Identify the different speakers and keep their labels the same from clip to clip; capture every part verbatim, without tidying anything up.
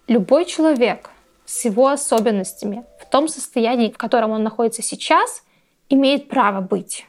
Speaker 1: Любой человек с его особенностями, в том состоянии, в котором он находится сейчас, имеет право быть.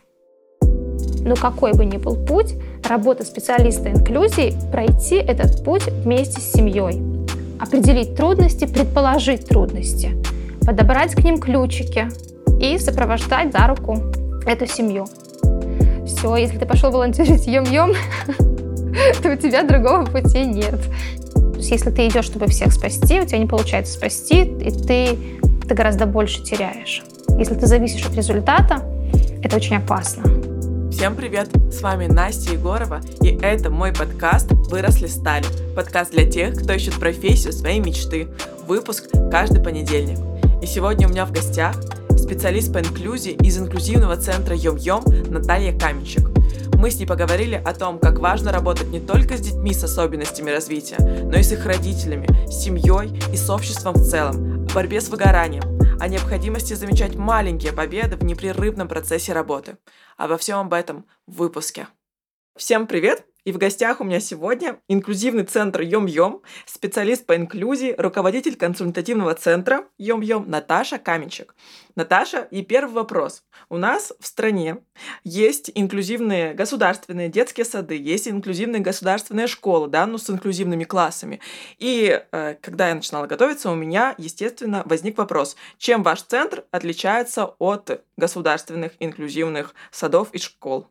Speaker 1: Но какой бы ни был путь, работа специалиста инклюзии — пройти этот путь вместе с семьей. Определить трудности, предположить трудности, подобрать к ним ключики и сопровождать за руку эту семью. Все, если ты пошел волонтерить Йом-Йом, то у тебя другого пути нет. То есть, если ты идешь, чтобы всех спасти, у тебя не получается спасти, и ты, ты гораздо больше теряешь. Если ты зависишь от результата, это очень опасно.
Speaker 2: Всем привет! С вами Настя Егорова, и это мой подкаст «Выросли стали». Подкаст для тех, кто ищет профессию своей мечты. Выпуск каждый понедельник. И сегодня у меня в гостях специалист по инклюзии из инклюзивного центра Йом-Йом Наталья Каменщик. Мы с ней поговорили о том, как важно работать не только с детьми с особенностями развития, но и с их родителями, с семьей и с обществом в целом, о борьбе с выгоранием, о необходимости замечать маленькие победы в непрерывном процессе работы. Обо всем об этом в выпуске. Всем привет! И в гостях у меня сегодня инклюзивный центр Йом-Йом, специалист по инклюзии, руководитель консультативного центра Йом-Йом Наташа Каменщик. Наташа, и первый вопрос. У нас в стране есть инклюзивные государственные детские сады, есть инклюзивные государственные школы, да, ну, с инклюзивными классами. И э, когда я начинала готовиться, у меня, естественно, возник вопрос, чем ваш центр отличается от государственных инклюзивных садов и школ?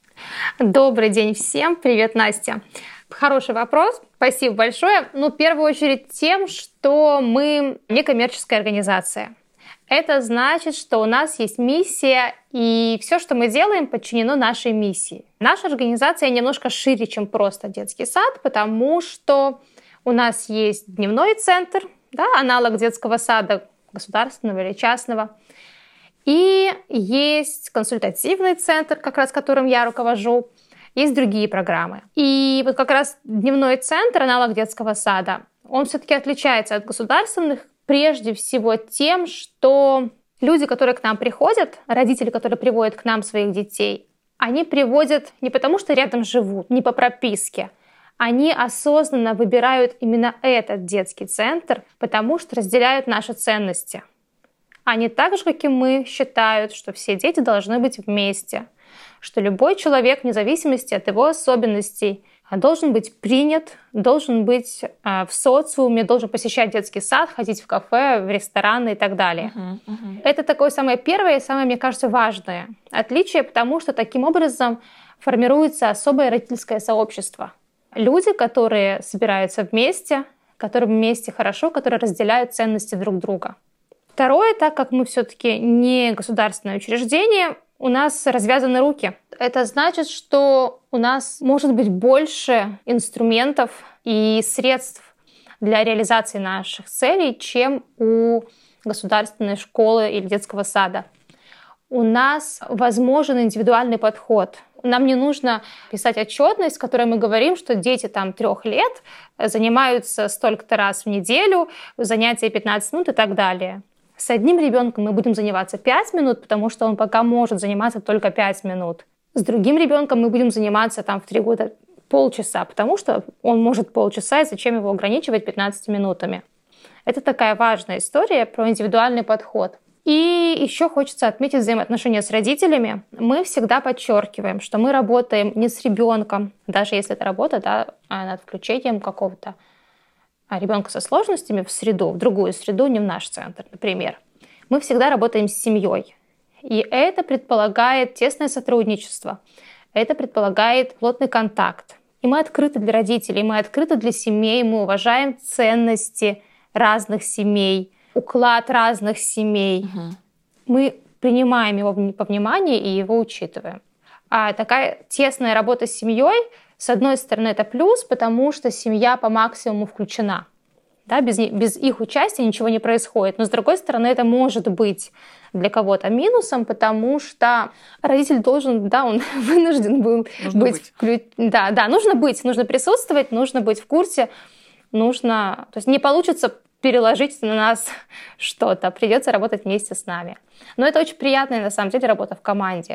Speaker 1: Добрый день всем. Привет, Настя. Хороший вопрос. Спасибо большое. Ну, в первую очередь тем, что мы некоммерческая организация. Это значит, что у нас есть миссия, и все, что мы делаем, подчинено нашей миссии. Наша организация немножко шире, чем просто детский сад, потому что у нас есть дневной центр, да, аналог детского сада, государственного или частного. И есть консультативный центр, как раз которым я руковожу, есть другие программы. И вот как раз дневной центр, аналог детского сада, он все-таки отличается от государственных прежде всего тем, что люди, которые к нам приходят, родители, которые приводят к нам своих детей, они приводят не потому, что рядом живут, не по прописке, они осознанно выбирают именно этот детский центр, потому что разделяют наши ценности. Они так же, как и мы, считают, что все дети должны быть вместе, что любой человек, вне зависимости от его особенностей, должен быть принят, должен быть в социуме, должен посещать детский сад, ходить в кафе, в рестораны и так далее. Uh-huh, uh-huh. Это такое самое первое и самое, мне кажется, важное отличие, потому что таким образом формируется особое родительское сообщество. Люди, которые собираются вместе, которым вместе хорошо, которые разделяют ценности друг друга. Второе, так как мы все-таки не государственное учреждение, у нас развязаны руки. Это значит, что у нас может быть больше инструментов и средств для реализации наших целей, чем у государственной школы или детского сада. У нас возможен индивидуальный подход. Нам не нужно писать отчетность, в которой мы говорим, что дети там трех лет занимаются столько-то раз в неделю, занятия пятнадцать минут и так далее. С одним ребенком мы будем заниматься пять минут, потому что он пока может заниматься только пять минут. С другим ребенком мы будем заниматься там в три года полчаса, потому что он может полчаса, и зачем его ограничивать пятнадцатью минутами. Это такая важная история про индивидуальный подход. И еще хочется отметить взаимоотношения с родителями. Мы всегда подчеркиваем, что мы работаем не с ребенком, даже если это работа, да, над включением какого-то ребенка со сложностями в среду, в другую среду, не в наш центр, например. Мы всегда работаем с семьей. И это предполагает тесное сотрудничество. Это предполагает плотный контакт. И мы открыты для родителей, мы открыты для семей, мы уважаем ценности разных семей, уклад разных семей. Угу. Мы принимаем его по вниманию и его учитываем. А такая тесная работа с семьей, с одной стороны, это плюс, потому что семья по максимуму включена. Да, без, без их участия ничего не происходит. Но, с другой стороны, это может быть для кого-то минусом, потому что родитель должен, да, он вынужден был нужно быть. быть. Да, да, нужно быть, нужно присутствовать, нужно быть в курсе, нужно... То есть не получится переложить на нас что-то, придется работать вместе с нами. Но это очень приятная, на самом деле, работа в команде.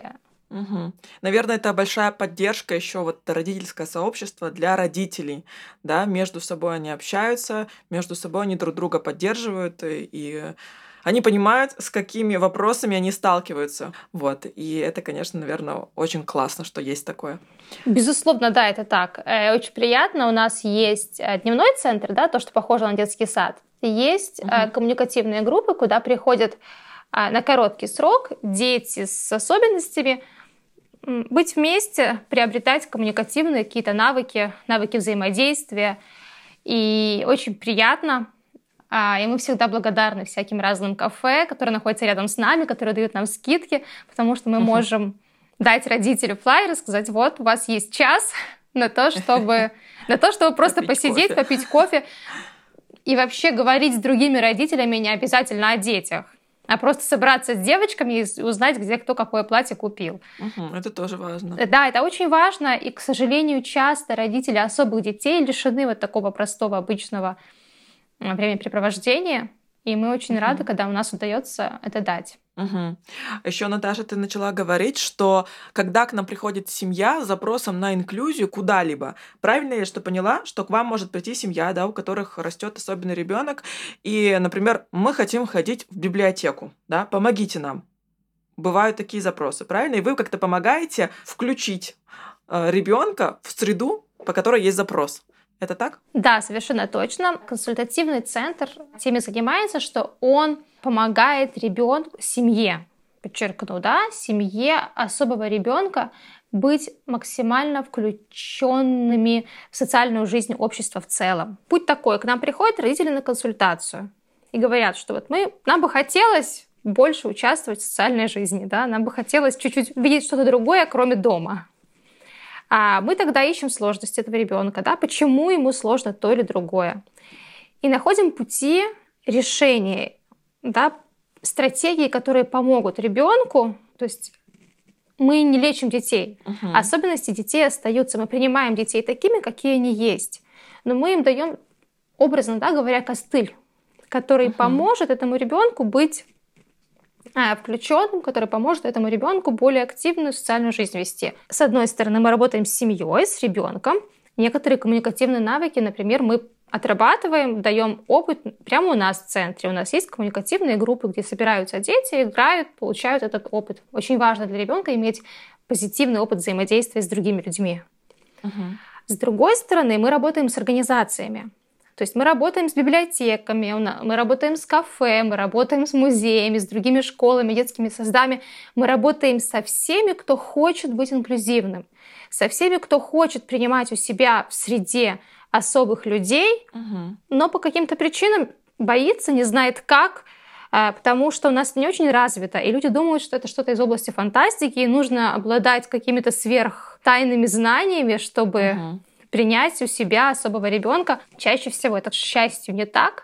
Speaker 2: Угу. Наверное, это большая поддержка еще вот родительское сообщество для родителей, да, между собой они общаются, между собой они друг друга поддерживают, и, и они понимают, с какими вопросами они сталкиваются, вот, и это, конечно, наверное, очень классно, что есть такое.
Speaker 1: Безусловно, да, это так. Э, Очень приятно. У нас есть э, дневной центр, да, то, что похоже на детский сад. И есть э,
Speaker 2: Угу.
Speaker 1: коммуникативные группы, куда приходят э, на короткий срок дети с особенностями м, быть вместе, приобретать коммуникативные какие-то навыки, навыки взаимодействия. И очень приятно. А, И мы всегда благодарны всяким разным кафе, которые находятся рядом с нами, которые дают нам скидки, потому что мы можем дать родителю флаер и сказать: вот, у вас есть час на то, чтобы, на то, чтобы просто
Speaker 2: Попить
Speaker 1: посидеть,
Speaker 2: кофе.
Speaker 1: попить кофе и вообще говорить с другими родителями не обязательно о детях, а просто собраться с девочками и узнать, где кто какое платье купил.
Speaker 2: Мгм. Это тоже важно.
Speaker 1: Да, это очень важно, и, к сожалению, часто родители особых детей лишены вот такого простого, обычного м, времяпрепровождения, и мы очень рады,
Speaker 2: Мгм.
Speaker 1: когда у нас удается это дать.
Speaker 2: Мгм. Еще, Наташа, ты начала говорить, что когда к нам приходит семья с запросом на инклюзию куда-либо, правильно я что поняла, что к вам может прийти семья, да, у которых растет особенный ребенок, и, например, мы хотим ходить в библиотеку, да, помогите нам. Бывают такие запросы, правильно? И вы как-то помогаете включить ребенка в среду, по которой есть запрос. Это так?
Speaker 1: Да, совершенно точно. Консультативный центр тем и занимается, что он помогает ребенку, семье, подчеркну, да, семье особого ребенка быть максимально включенными в социальную жизнь общества в целом. Путь такой: к нам приходят родители на консультацию и говорят, что вот мы, нам бы хотелось больше участвовать в социальной жизни, да, нам бы хотелось чуть-чуть видеть что-то другое, кроме дома. А мы тогда ищем сложности этого ребенка, да, почему ему сложно то или другое. И находим пути решения, да, стратегии, которые помогут ребенку. То есть мы не лечим детей.
Speaker 2: Мгм.
Speaker 1: Особенности детей остаются. Мы принимаем детей такими, какие они есть. Но мы им даем, образно да, говоря, костыль, который
Speaker 2: Мгм.
Speaker 1: поможет этому ребенку быть включенным, который поможет этому ребенку более активную социальную жизнь вести. С одной стороны, мы работаем с семьей, с ребенком. Некоторые коммуникативные навыки, например, мы отрабатываем, даем опыт прямо у нас в центре. У нас есть коммуникативные группы, где собираются дети, играют, получают этот опыт. Очень важно для ребенка иметь позитивный опыт взаимодействия с другими людьми.
Speaker 2: Мгм.
Speaker 1: С другой стороны, мы работаем с организациями. То есть мы работаем с библиотеками, у на- мы работаем с кафе, мы работаем с музеями, с другими школами, детскими садами. Мы работаем со всеми, кто хочет быть инклюзивным, со всеми, кто хочет принимать у себя в среде особых людей,
Speaker 2: Мгм.
Speaker 1: но по каким-то причинам боится, не знает как, а, потому что у нас не очень развито, и люди думают, что это что-то из области фантастики, и нужно обладать какими-то сверхтайными знаниями, чтобы
Speaker 2: Мгм.
Speaker 1: принять у себя особого ребенка. Чаще всего это, к счастью, не так,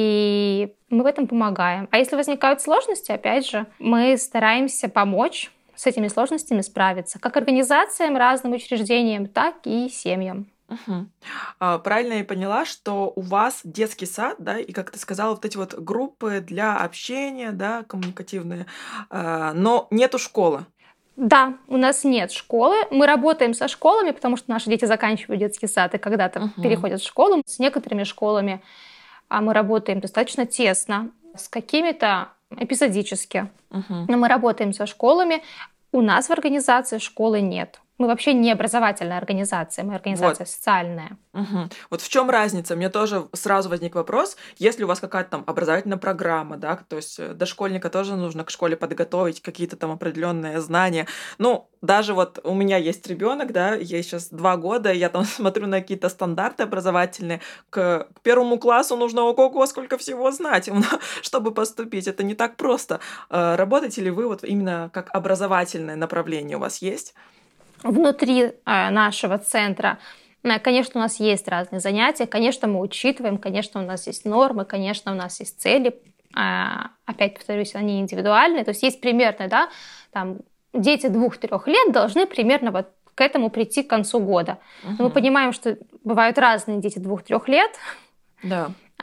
Speaker 1: и мы в этом помогаем. А если возникают сложности, опять же, мы стараемся помочь с этими сложностями справиться, как организациям, разным учреждениям, так и семьям.
Speaker 2: Мгм. А, Правильно я поняла, что у вас детский сад, да, и, как ты сказала, вот эти вот группы для общения, да, коммуникативные, а, но нету школы.
Speaker 1: Да, у нас нет школы. Мы работаем со школами, потому что наши дети заканчивают детский сад и когда-то
Speaker 2: Мгм.
Speaker 1: переходят в школу. С некоторыми школами а, мы работаем достаточно тесно, с какими-то эпизодически.
Speaker 2: Мгм.
Speaker 1: Но мы работаем со школами. У нас в организации школы нет. Мы вообще не образовательная организация, мы организация социальная.
Speaker 2: Мгм. Вот в чем разница? Мне тоже сразу возник вопрос, если у вас какая-то там образовательная программа, да, то есть э, дошкольника тоже нужно к школе подготовить, какие-то там определенные знания. Ну, даже вот у меня есть ребенок, да, ей сейчас два года, я там смотрю на какие-то стандарты образовательные. К, к первому классу нужно ого-го сколько всего знать, чтобы поступить. Это не так просто. Э, Работаете ли вы вот именно как образовательное направление у вас есть?
Speaker 1: Внутри э, нашего центра, э, конечно, у нас есть разные занятия, конечно, мы учитываем, конечно, у нас есть нормы, конечно, у нас есть цели. А, опять повторюсь, они индивидуальные. То есть есть примерно, да, там дети двух-трех лет должны примерно вот к этому прийти к концу года. Но мы
Speaker 2: Мгм.
Speaker 1: понимаем, что бывают разные дети двух-трех лет.
Speaker 2: Да.
Speaker 1: А,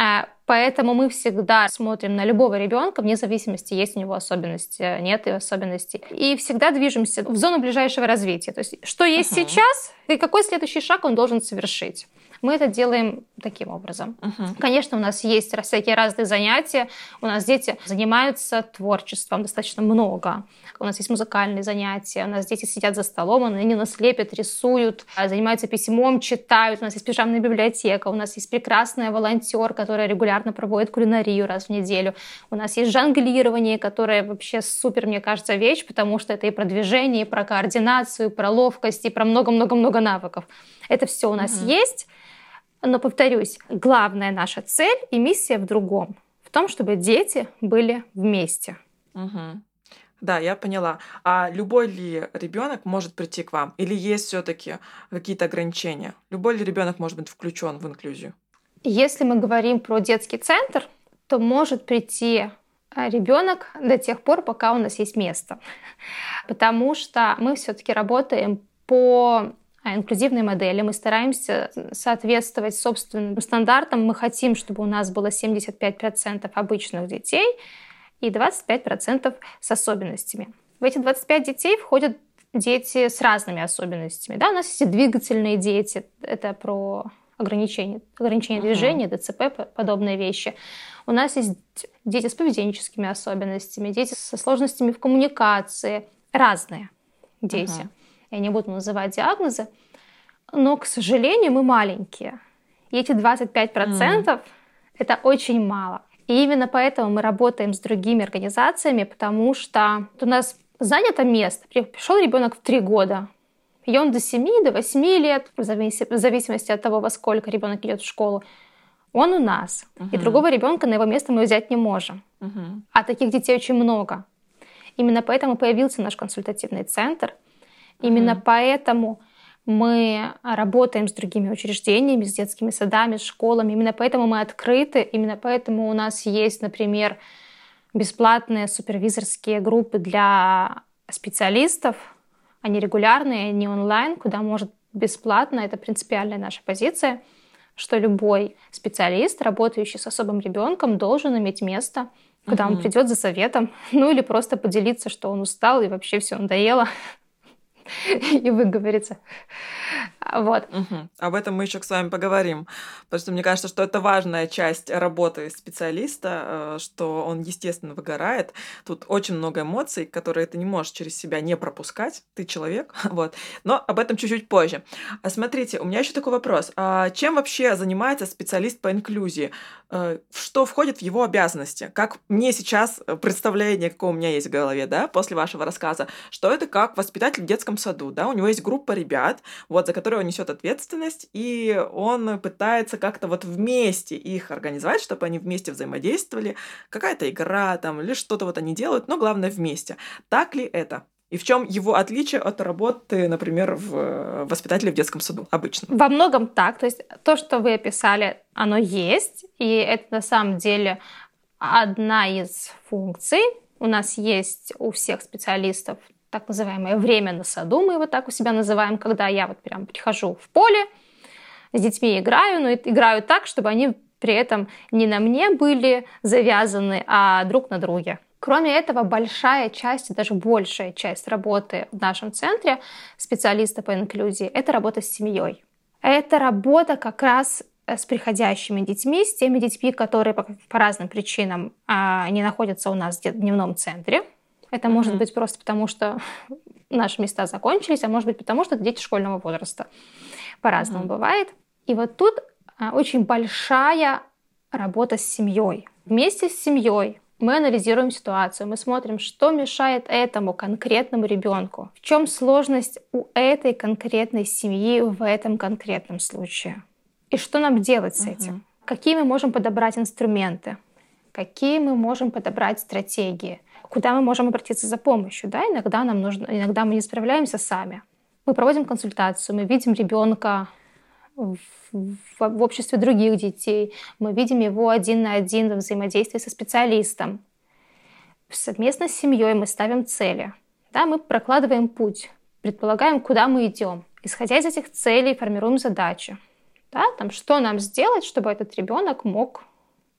Speaker 1: Поэтому мы всегда смотрим на любого ребенка, вне зависимости, есть у него особенности, нет и особенностей. И всегда движемся в зону ближайшего развития. То есть что есть uh-huh. сейчас и какой следующий шаг он должен совершить. Мы это делаем таким образом. Uh-huh. Конечно, у нас есть всякие разные занятия. У нас дети занимаются творчеством достаточно много. У нас есть музыкальные занятия. У нас дети сидят за столом, они нас лепят, рисуют, занимаются письмом, читают. У нас есть пижамная библиотека. У нас есть прекрасная волонтер, которая регулярно проводит кулинарию раз в неделю. У нас есть жонглирование, которое вообще супер, мне кажется, вещь, потому что это и про движение, и про координацию, и про ловкость, и про много-много-много навыков. Это все у нас uh-huh. есть. Но, повторюсь, главная наша цель и миссия в другом. В том, чтобы дети были вместе.
Speaker 2: Угу. Да, я поняла. А любой ли ребенок может прийти к вам? Или есть все-таки какие-то ограничения? Любой ли ребенок может быть включен в инклюзию?
Speaker 1: Если мы говорим про детский центр, то может прийти ребенок до тех пор, пока у нас есть место. Потому что мы все-таки работаем по инклюзивной модели. Мы стараемся соответствовать собственным стандартам. Мы хотим, чтобы у нас было семьдесят пять процентов обычных детей и двадцать пять процентов с особенностями. В эти двадцать пять детей входят дети с разными особенностями. Да, у нас есть и двигательные дети. Это про ограничение, ограничение uh-huh. движения, ДЦП, подобные вещи. У нас есть дети с поведенческими особенностями, дети со сложностями в коммуникации. Разные дети. Uh-huh. Я не буду называть диагнозы, но, к сожалению, мы маленькие. И эти двадцать пять процентов mm. это очень мало. И именно поэтому мы работаем с другими организациями, потому что у нас занято место. Пришел ребенок в три года, и он до семи, до восьми лет, в зависимости от того, во сколько ребенок идет в школу, он у нас. Uh-huh. И другого ребенка на его место мы взять не можем. Uh-huh. А таких детей очень много. Именно поэтому появился наш консультативный центр. Именно mm-hmm. поэтому мы работаем с другими учреждениями, с детскими садами, с школами. Именно поэтому мы открыты. Именно поэтому у нас есть, например, бесплатные супервизорские группы для специалистов. Они регулярные, не онлайн, куда может бесплатно. Это принципиальная наша позиция, что любой специалист, работающий с особым ребенком, должен иметь место, куда mm-hmm. он придет за советом, ну или просто поделиться, что он устал и вообще все надоело. И выговориться. Вот.
Speaker 2: Угу. Об этом мы еще с вами поговорим, потому что мне кажется, что это важная часть работы специалиста, что он, естественно, выгорает. Тут очень много эмоций, которые ты не можешь через себя не пропускать. Ты человек, вот. Но об этом чуть-чуть позже. А смотрите, у меня еще такой вопрос. А чем вообще занимается специалист по инклюзии? Что входит в его обязанности? Как мне сейчас представление, какое у меня есть в голове, да, после вашего рассказа, что это как воспитатель в детском саду, да, у него есть группа ребят, вот, за которую он несет ответственность, и он пытается как-то вот вместе их организовать, чтобы они вместе взаимодействовали, какая-то игра там или что-то вот они делают, но главное вместе. Так ли это? И в чем его отличие от работы, например, в воспитателе в детском саду обычно?
Speaker 1: Во многом так. То есть то, что вы описали, оно есть, и это на самом деле одна из функций. У нас есть у всех специалистов так называемое время на саду, мы его так у себя называем, когда я вот прям прихожу в поле, с детьми играю, но играю так, чтобы они при этом не на мне были завязаны, а друг на друге. Кроме этого, большая часть, даже большая часть работы в нашем центре специалиста по инклюзии – это работа с семьей. Это работа как раз с приходящими детьми, с теми детьми, которые по, по разным причинам а, не находятся у нас в дневном центре. Это mm-hmm. может быть просто потому, что наши места закончились, а может быть потому, что это дети школьного возраста. По-разному mm-hmm. бывает. И вот тут а, очень большая работа с семьей. Вместе с семьей мы анализируем ситуацию, мы смотрим, что мешает этому конкретному ребенку, в чем сложность у этой конкретной семьи в этом конкретном случае. И что нам делать с этим? Uh-huh. Какие мы можем подобрать инструменты? Какие мы можем подобрать стратегии? Куда мы можем обратиться за помощью? Да? Иногда нам нужно, иногда мы не справляемся сами. Мы проводим консультацию, мы видим ребенка в, в, в обществе других детей, мы видим его один на один во взаимодействии со специалистом. Совместно с семьей мы ставим цели. Да? Мы прокладываем путь, предполагаем, куда мы идем. Исходя из этих целей, формируем задачи. Да? Там, что нам сделать, чтобы этот ребенок мог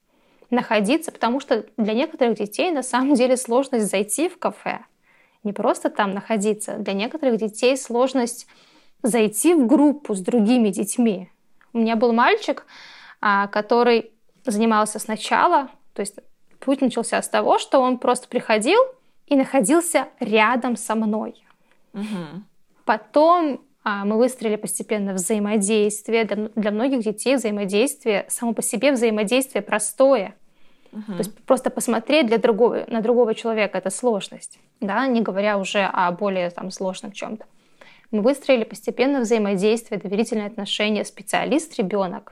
Speaker 1: находиться, потому что для некоторых детей на самом деле сложность зайти в кафе. Не просто там находиться. Для некоторых детей сложность зайти в группу с другими детьми. У меня был мальчик, который занимался сначала, то есть путь начался с того, что он просто приходил и находился рядом со мной. Угу. Потом а, мы выстроили постепенно взаимодействие. Для, для многих детей взаимодействие, само по себе взаимодействие простое. Угу. То есть просто посмотреть для другого, на другого человека — это сложность, да, не говоря уже о более там, сложном чем-то. Мы выстроили постепенно взаимодействие, доверительные отношения специалист-ребенок.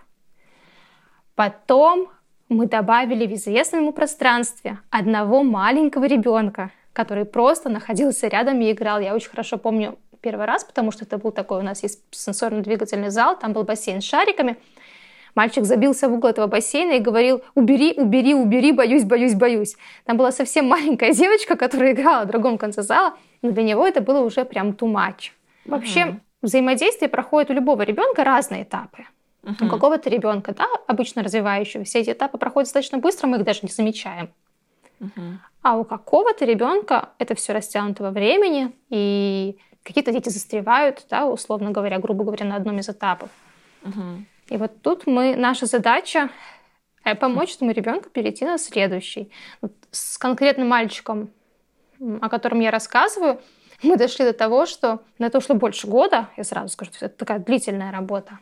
Speaker 1: Потом мы добавили в известном ему пространстве одного маленького ребенка, который просто находился рядом и играл. Я очень хорошо помню первый раз, потому что это был такой, у нас есть сенсорно-двигательный зал, там был бассейн с шариками. Мальчик забился в угол этого бассейна и говорил: убери, убери, убери, боюсь, боюсь, боюсь. Там была совсем маленькая девочка, которая играла в другом конце зала, но для него это было уже прям too much. Вообще uh-huh. взаимодействие проходит у любого ребенка разные этапы. Uh-huh. У какого-то ребенка, да, обычно развивающего, все эти этапы проходят достаточно быстро, мы их даже не замечаем. Uh-huh. А у какого-то ребенка это все растянуто во времени, и какие-то дети застревают, да, условно говоря, грубо говоря, на одном из этапов. Uh-huh. И вот тут мы, наша задача помочь этому ребенку перейти на следующий. Вот с конкретным мальчиком, о котором я рассказываю, мы дошли до того, что на это ушло больше года, я сразу скажу, это такая длительная работа,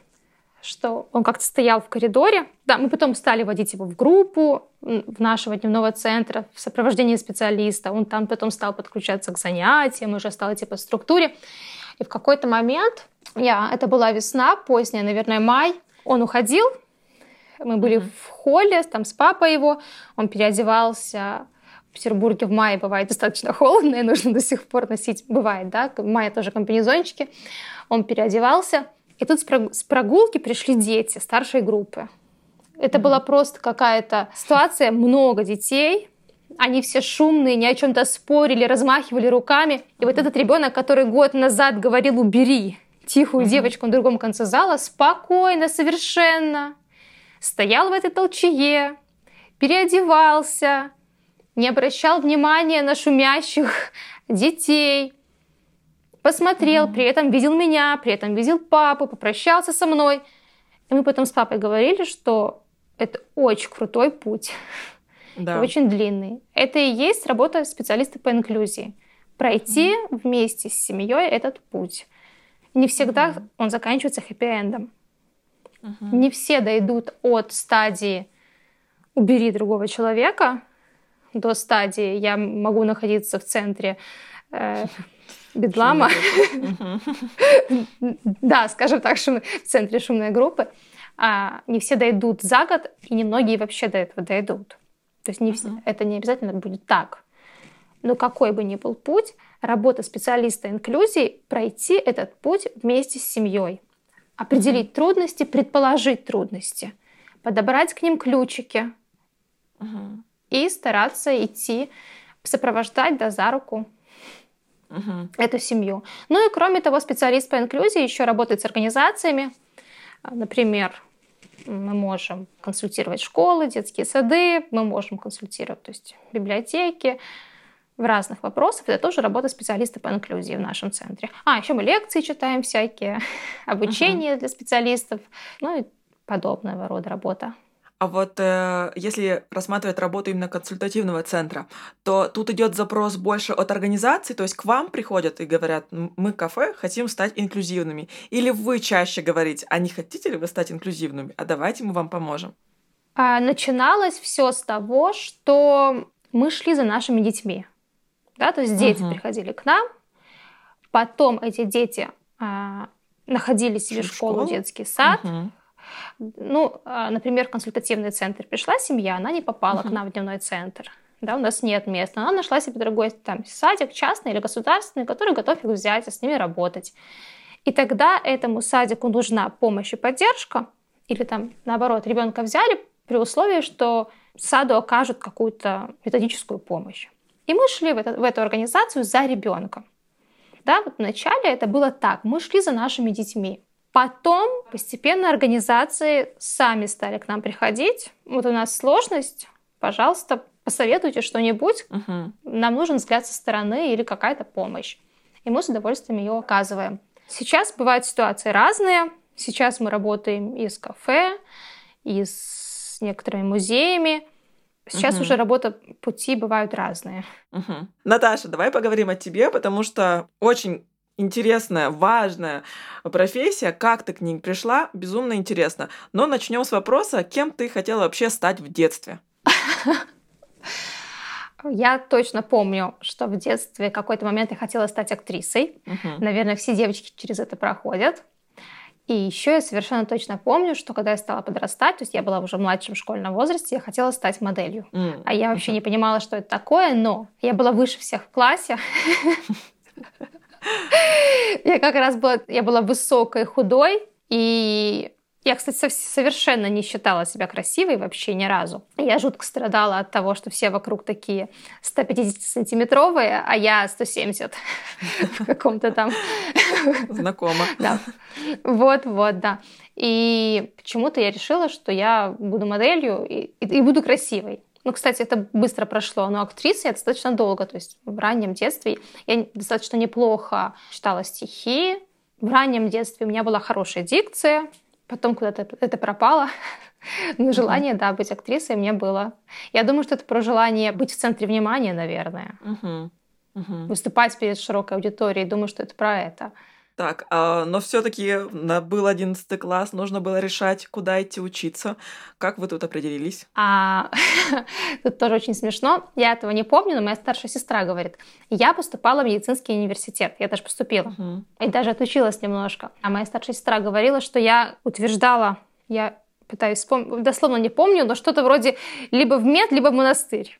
Speaker 1: что он как-то стоял в коридоре. Да, мы потом стали водить его в группу в нашего дневного центра в сопровождении специалиста. Он там потом стал подключаться к занятиям, уже стал идти по структуре. И в какой-то момент, я, это была весна, поздняя, наверное, май, он уходил. Мы были mm-hmm. в холле, там с папой его, он переодевался. В Петербурге в мае бывает достаточно холодно, и нужно до сих пор носить, бывает, да, в мае тоже комбинезончики. Он переодевался, и тут с прогулки пришли дети старшей группы. Это mm-hmm. была просто какая-то ситуация, много детей, они все шумные, ни о чем-то спорили, размахивали руками. И mm-hmm. вот этот ребенок, который год назад говорил «убери» тихую mm-hmm. девочку на другом конце зала, спокойно, совершенно стоял в этой толчее, переодевался, не обращал внимания на шумящих детей, посмотрел, mm-hmm. при этом видел меня, при этом видел папу, попрощался со мной. И мы потом с папой говорили, что это очень крутой путь, да. очень длинный. Это и есть работа специалиста по инклюзии. Пройти mm-hmm. вместе с семьей этот путь. Не всегда mm-hmm. он заканчивается хэппи-эндом. Mm-hmm. Не все дойдут от стадии «убери другого человека» до стадии «я могу находиться в центре э, бедлама». Да, скажем так, в центре шумной группы. Не все дойдут за год, и немногие вообще до этого дойдут. То есть это не обязательно будет так. Но какой бы ни был путь, работа специалиста инклюзии — пройти этот путь вместе с семьей. Определить трудности, предположить трудности, подобрать к ним ключики, и стараться идти, сопровождать, да, за руку uh-huh. эту семью. Ну и кроме того, специалист по инклюзии еще работает с организациями. Например, мы можем консультировать школы, детские сады, мы можем консультировать, то есть библиотеки в разных вопросах. Это тоже работа специалиста по инклюзии в нашем центре. А, еще мы лекции читаем всякие, обучение uh-huh. для специалистов, ну и подобного рода работа.
Speaker 2: А вот э, если рассматривать работу именно консультативного центра, то тут идет запрос больше от организации, то есть к вам приходят и говорят: мы кафе хотим стать инклюзивными. Или вы чаще говорите: а не хотите ли вы стать инклюзивными? А давайте мы вам поможем.
Speaker 1: А, начиналось все с того, что мы шли за нашими детьми. Да? То есть дети uh-huh. приходили к нам, потом эти дети а, находили себе школу, школу, детский сад. Uh-huh. Ну, например, в консультативный центр пришла семья, она не попала uh-huh. к нам в дневной центр. Да, у нас нет места. Она нашла себе другой там, садик, частный или государственный, который готов их взять и с ними работать. И тогда этому садику нужна помощь и поддержка. Или там, наоборот, ребенка взяли при условии, что саду окажут какую-то методическую помощь. И мы шли в, это, в эту организацию за ребенком. Да, вот вначале это было так. Мы шли за нашими детьми. Потом постепенно организации сами стали к нам приходить. Вот у нас сложность пожалуйста, посоветуйте что-нибудь.
Speaker 2: Угу.
Speaker 1: Нам нужен взгляд со стороны или какая-то помощь. И мы с удовольствием ее оказываем. Сейчас бывают ситуации разные. Сейчас мы работаем и с кафе, и с некоторыми музеями. Сейчас
Speaker 2: Угу.
Speaker 1: уже работа пути бывают разные.
Speaker 2: Угу. Наташа, давай поговорим о тебе, потому что очень интересная, важная профессия. Как ты к ней пришла? Безумно интересно. Но начнем с вопроса, кем ты хотела вообще стать в детстве?
Speaker 1: Я точно помню, что в детстве в какой-то момент я хотела стать актрисой.
Speaker 2: Угу.
Speaker 1: Наверное, все девочки через это проходят. И еще я совершенно точно помню, что когда я стала подрастать, то есть я была уже в младшем школьном возрасте, я хотела стать моделью.
Speaker 2: Mm.
Speaker 1: А я вообще не понимала, что это такое, но я была выше всех в классе. Я как раз была, я была высокой, худой, и я, кстати, совершенно не считала себя красивой вообще ни разу. Я жутко страдала от того, что все вокруг такие сто пятидесятисантиметровые, а я сто семьдесят в каком-то там...
Speaker 2: Знакомо.
Speaker 1: Да. Вот-вот, да. И почему-то я решила, что я буду моделью и, и, и буду красивой. Ну, кстати, это быстро прошло, но актрисой я достаточно долго, то есть в раннем детстве я достаточно неплохо читала стихи. В раннем детстве у меня была хорошая дикция, потом куда-то это пропало. Но желание, да, быть актрисой у меня было. Я думаю, что это про желание быть в центре внимания, наверное.
Speaker 2: Угу. Угу.
Speaker 1: Выступать перед широкой аудиторией. Думаю, что это про это.
Speaker 2: Так, а, но все-таки был одиннадцатый класс, нужно было решать, куда идти учиться. Как вы тут определились?
Speaker 1: А, тут тоже очень смешно. Я этого не помню, но моя старшая сестра говорит. Я поступала в медицинский университет. Я даже поступила.
Speaker 2: Угу.
Speaker 1: И даже отучилась немножко. А моя старшая сестра говорила, что я утверждала, я пытаюсь вспомнить, дословно не помню, но что-то вроде либо в мед, либо в монастырь.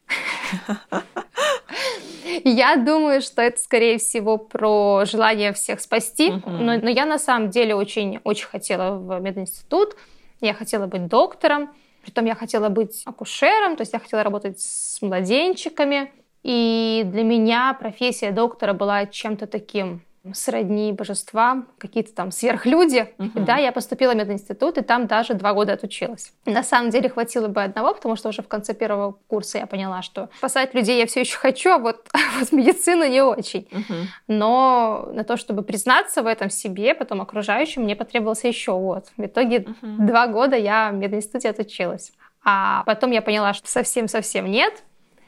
Speaker 1: Я думаю, что это, скорее всего, про желание всех спасти. Uh-huh. Но, но я на самом деле очень, очень хотела в мединститут. Я хотела быть доктором. Притом я хотела быть акушером. То есть я хотела работать с младенчиками. И для меня профессия доктора была чем-то таким сродни божествам, какие-то там сверхлюди. Uh-huh. И да, я поступила в мединститут, и там даже два года отучилась. На самом деле хватило бы одного, потому что уже в конце первого курса я поняла, что спасать людей я все еще хочу, а вот, а вот медицину не очень. Uh-huh. Но на то, чтобы признаться в этом себе, потом окружающим, мне потребовался еще год. В итоге uh-huh. два года я в мединституте отучилась. А потом я поняла, что совсем-совсем нет.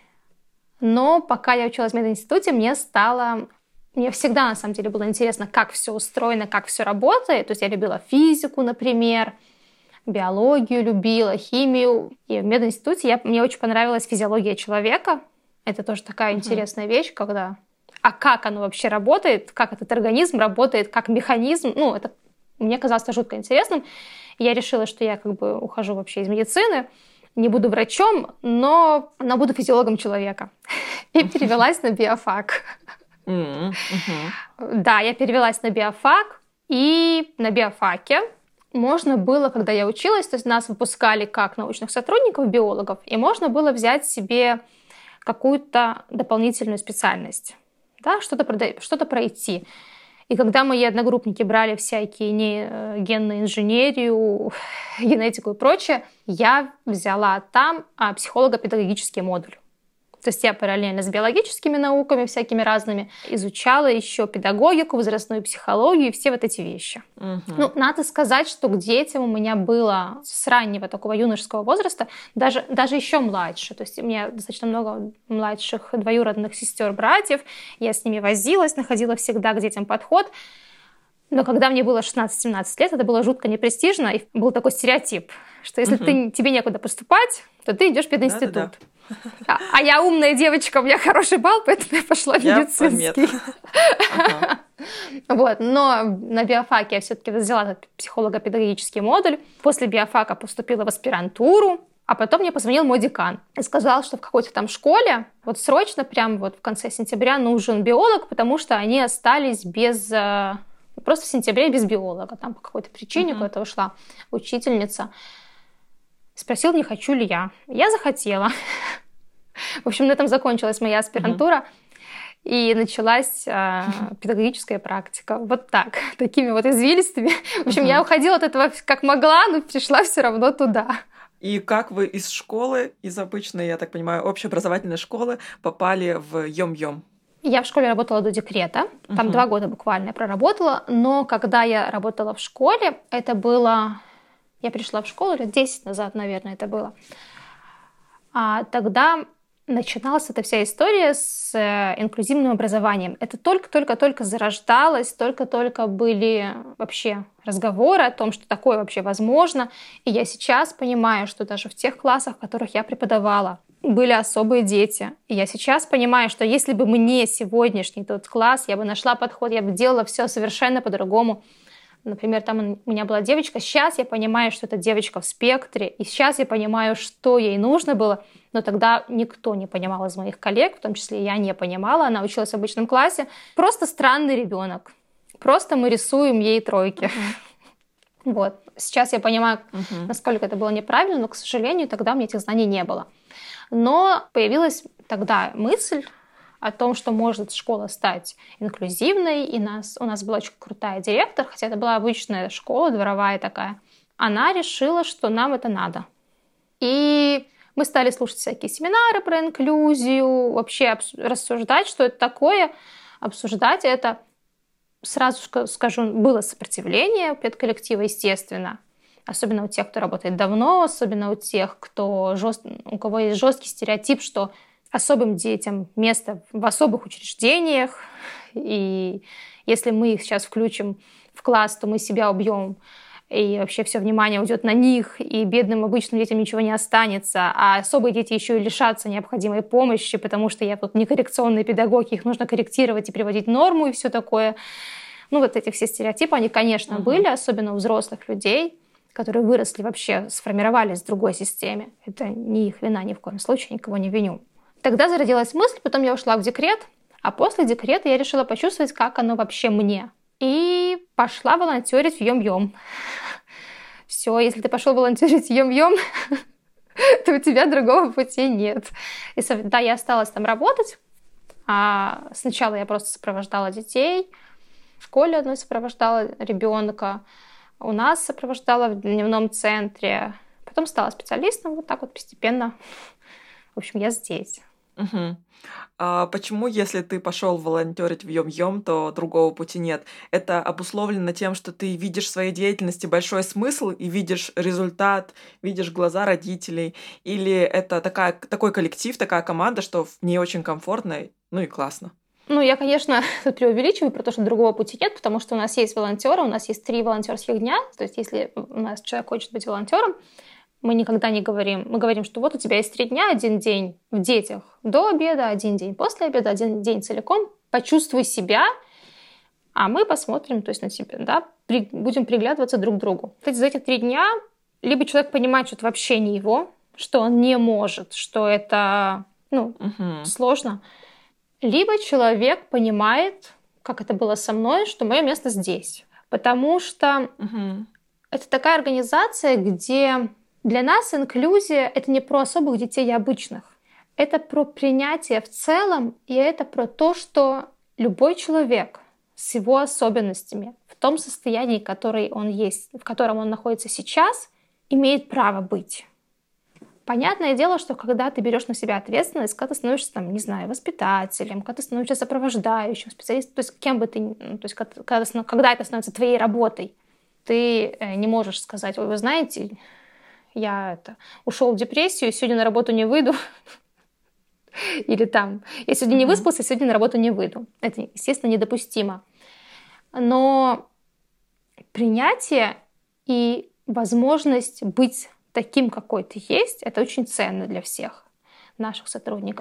Speaker 1: Но пока я училась в мединституте, мне стало... Мне всегда, на самом деле, было интересно, как все устроено, как все работает. То есть я любила физику, например, биологию любила, химию. И в мединституте я, мне очень понравилась физиология человека. Это тоже такая uh-huh. интересная вещь, когда... А как оно вообще работает, как этот организм работает, как механизм. Ну, это мне казалось это жутко интересным. И я решила, что я как бы ухожу вообще из медицины. Не буду врачом, но, но буду физиологом человека. И перевелась на биофак.
Speaker 2: Mm-hmm. Uh-huh.
Speaker 1: Да, я перевелась на биофак, и на биофаке можно было, когда я училась, то есть нас выпускали как научных сотрудников, биологов, и можно было взять себе какую-то дополнительную специальность, да, что-то, прода- что-то пройти. И когда мои одногруппники брали всякие не, генную инженерию, генетику и прочее, я взяла там а, психолого-педагогический модуль. То есть я параллельно с биологическими науками всякими разными изучала еще педагогику, возрастную психологию и все вот эти вещи.
Speaker 2: Uh-huh.
Speaker 1: Ну, надо сказать, что к детям у меня было с раннего такого юношеского возраста, даже, даже еще младше. То есть у меня достаточно много младших двоюродных сестер, братьев. Я с ними возилась, находила всегда к детям подход. Но когда мне было шестнадцать-семнадцать лет, это было жутко непрестижно, и был такой стереотип, что если uh-huh. ты, тебе некуда поступать, то ты идешь в пединститут. Да-да-да. А, а я умная девочка, у меня хороший балл, поэтому я пошла в медицинский. Ага. Вот, но на биофаке я все-таки взяла этот психолого-педагогический модуль. После биофака поступила в аспирантуру, а потом мне позвонил мой декан и сказал, что в какой-то там школе вот срочно, прямо вот в конце сентября нужен биолог, потому что они остались без... Просто в сентябре без биолога. Там по какой-то причине uh-huh. куда-то ушла учительница. Спросил, не хочу ли я. Я захотела. В общем, на этом закончилась моя аспирантура. Uh-huh. И началась э, педагогическая практика. Вот так, такими вот извилистыми. В общем, uh-huh. я уходила от этого как могла, но пришла все равно туда.
Speaker 2: И как вы из школы, из обычной, я так понимаю, общеобразовательной школы попали в Йом-Йом?
Speaker 1: Я в школе работала до декрета, там uh-huh. два года буквально я проработала, но когда я работала в школе, это было... Я пришла в школу лет десять назад, наверное, это было. А тогда начиналась эта вся история с инклюзивным образованием. Это только-только-только зарождалось, только-только были вообще разговоры о том, что такое вообще возможно. И я сейчас понимаю, что даже в тех классах, в которых я преподавала, были особые дети. И я сейчас понимаю, что если бы мне сегодняшний тот класс, я бы нашла подход, я бы делала все совершенно по-другому. Например, там у меня была девочка, сейчас я понимаю, что это девочка в спектре, и сейчас я понимаю, что ей нужно было, но тогда никто не понимал из моих коллег, в том числе я не понимала, она училась в обычном классе. Просто странный ребенок. Просто мы рисуем ей тройки. Uh-huh. Вот. Сейчас я понимаю, uh-huh. насколько это было неправильно, но, к сожалению, тогда у меня этих знаний не было. Но появилась тогда мысль о том, что может школа стать инклюзивной, и нас, у нас была очень крутая директор, хотя это была обычная школа, дворовая такая. Она решила, что нам это надо. И мы стали слушать всякие семинары про инклюзию, вообще обс- рассуждать, что это такое, обсуждать это. Сразу скажу, было сопротивление у педколлектива, естественно. Особенно у тех, кто работает давно, особенно у тех, кто жест... у кого есть жесткий стереотип, что особым детям место в особых учреждениях, и если мы их сейчас включим в класс, то мы себя убьем, и вообще все внимание уйдет на них, и бедным обычным детям ничего не останется, а особые дети еще и лишатся необходимой помощи, потому что я тут не коррекционный педагог, их нужно корректировать и приводить в норму и все такое. Ну вот эти все стереотипы, они, конечно, uh-huh. были, особенно у взрослых людей, которые выросли вообще, сформировались в другой системе. Это не их вина ни в коем случае, никого не виню. Тогда зародилась мысль, потом я ушла в декрет, а после декрета я решила почувствовать, как оно вообще мне. И пошла волонтерить в Йом-Йом. Все, если ты пошел волонтерить в Йом-Йом, то у тебя другого пути нет. И, да, я осталась там работать. А сначала я просто сопровождала детей. В школе одной сопровождала ребенка. У нас сопровождала в дневном центре. Потом стала специалистом. Вот так вот постепенно. В общем, я здесь.
Speaker 2: Угу. А почему, если ты пошел волонтерить в Йом-Йом, то другого пути нет? Это обусловлено тем, что ты видишь в своей деятельности большой смысл и видишь результат, видишь глаза родителей? Или это такая, такой коллектив, такая команда, что в ней очень комфортно, ну и классно?
Speaker 1: Ну, я, конечно, тут преувеличиваю про то, что другого пути нет, потому что у нас есть волонтеры, у нас есть три волонтерских дня. То есть, если у нас человек хочет быть волонтером, мы никогда не говорим. Мы говорим, что вот у тебя есть три дня, один день в детях до обеда, один день после обеда, один день целиком. Почувствуй себя, а мы посмотрим, то есть на тебя, да, при, будем приглядываться друг к другу. Кстати, за эти три дня либо человек понимает, что это вообще не его, что он не может, что это, ну, uh-huh. сложно, либо человек понимает, как это было со мной, что мое место здесь. Потому что uh-huh. это такая организация, где для нас инклюзия — это не про особых детей и обычных. Это про принятие в целом, и это про то, что любой человек с его особенностями в том состоянии, который он есть, в котором он находится сейчас, имеет право быть. Понятное дело, что когда ты берешь на себя ответственность, когда ты становишься, там, не знаю, воспитателем, когда ты становишься сопровождающим специалистом, то есть кем бы ты, ну, то есть когда, когда это становится твоей работой, ты не можешь сказать: ой, вы знаете, я это, ушел в депрессию, сегодня на работу не выйду. Или там, я сегодня не выспался, сегодня на работу не выйду. Это, естественно, недопустимо. Но принятие и возможность быть таким, какой ты есть, это очень ценно для всех наших сотрудников.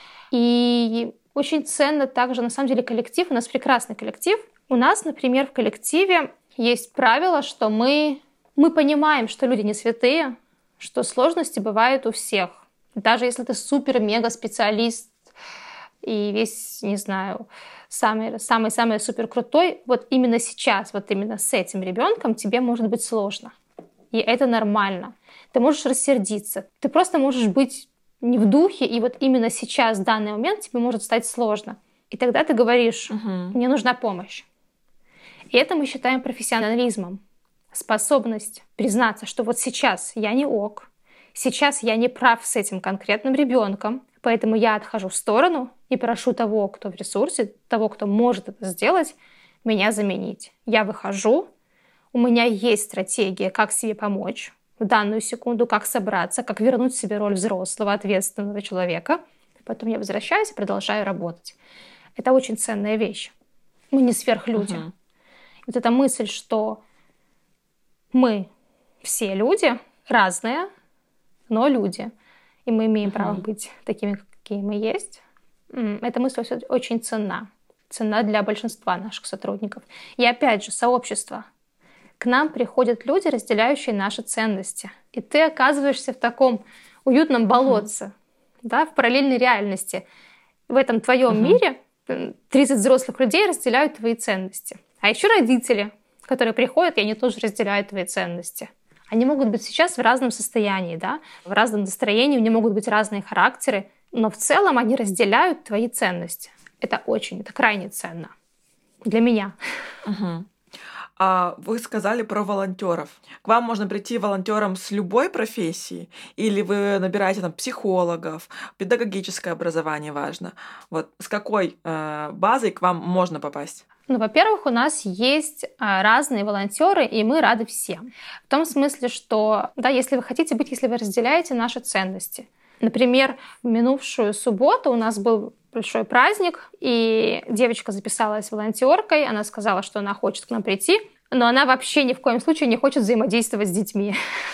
Speaker 1: И очень ценно также, на самом деле, коллектив. У нас прекрасный коллектив. У нас, например, в коллективе есть правило, что мы, мы понимаем, что люди не святые, что сложности бывают у всех. Даже если ты супер-мега-специалист и весь, не знаю, самый-самый супер крутой, вот именно сейчас, вот именно с этим ребенком тебе может быть сложно. И это нормально. Ты можешь рассердиться. Ты просто можешь быть не в духе, и вот именно сейчас, в данный момент, тебе может стать сложно. И тогда ты говоришь: uh-huh. мне нужна помощь. И это мы считаем профессионализмом. Способность признаться, что вот сейчас я не ок, сейчас я не прав с этим конкретным ребенком, поэтому я отхожу в сторону и прошу того, кто в ресурсе, того, кто может это сделать, меня заменить. Я выхожу, у меня есть стратегия, как себе помочь в данную секунду, как собраться, как вернуть себе роль взрослого, ответственного человека. Потом я возвращаюсь и продолжаю работать. Это очень ценная вещь. Мы не сверхлюди. Uh-huh. Вот эта мысль, что мы все люди, разные, но люди, и мы имеем uh-huh. право быть такими, какие мы есть, эта мысль очень ценна. Ценна для большинства наших сотрудников. И опять же, сообщество. К нам приходят люди, разделяющие наши ценности. И ты оказываешься в таком уютном болотце, uh-huh. да, в параллельной реальности. В этом твоем uh-huh. мире тридцать взрослых людей разделяют твои ценности. А еще родители, которые приходят, и они тоже разделяют твои ценности. Они могут быть сейчас в разном состоянии, да, в разном настроении, у них могут быть разные характеры, но в целом они разделяют твои ценности. Это очень, это крайне ценно для меня.
Speaker 2: Uh-huh. А вы сказали про волонтеров. К вам можно прийти волонтером с любой профессии, или вы набираете там психологов, педагогическое образование важно. Вот с какой э, базой к вам можно попасть?
Speaker 1: Ну, во-первых, у нас есть а, разные волонтеры, и мы рады всем. В том смысле, что, да, если вы хотите быть, если вы разделяете наши ценности. Например, в минувшую субботу у нас был большой праздник, и девочка записалась волонтеркой, она сказала, что она хочет к нам прийти, но она вообще ни в коем случае не хочет взаимодействовать с детьми.